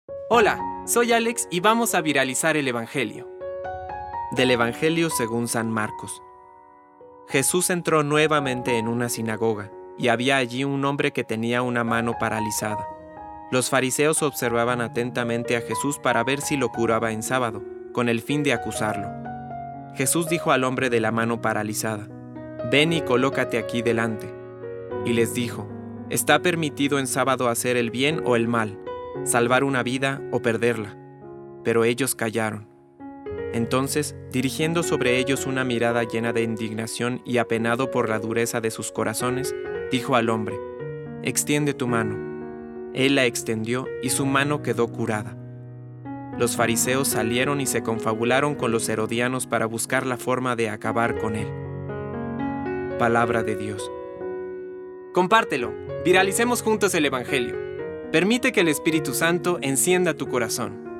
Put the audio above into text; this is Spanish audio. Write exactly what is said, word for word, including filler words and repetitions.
Hola, soy Alex y vamos a viralizar el Evangelio. Del Evangelio según San Marcos. Jesús entró nuevamente en una sinagoga, y había allí un hombre que tenía una mano paralizada. Los fariseos observaban atentamente a Jesús para ver si lo curaba en sábado, con el fin de acusarlo. Jesús dijo al hombre de la mano paralizada: «Ven y colócate aquí delante». Y les dijo: «¿Está permitido en sábado hacer el bien o el mal, salvar una vida o perderla?». Pero ellos callaron. Entonces, dirigiendo sobre ellos una mirada llena de indignación y apenado por la dureza de sus corazones, dijo al hombre: «Extiende tu mano». Él la extendió y su mano quedó curada. Los fariseos salieron y se confabularon con los herodianos para buscar la forma de acabar con él. Palabra de Dios. Compártelo, viralicemos juntos el Evangelio. Permite que el Espíritu Santo encienda tu corazón.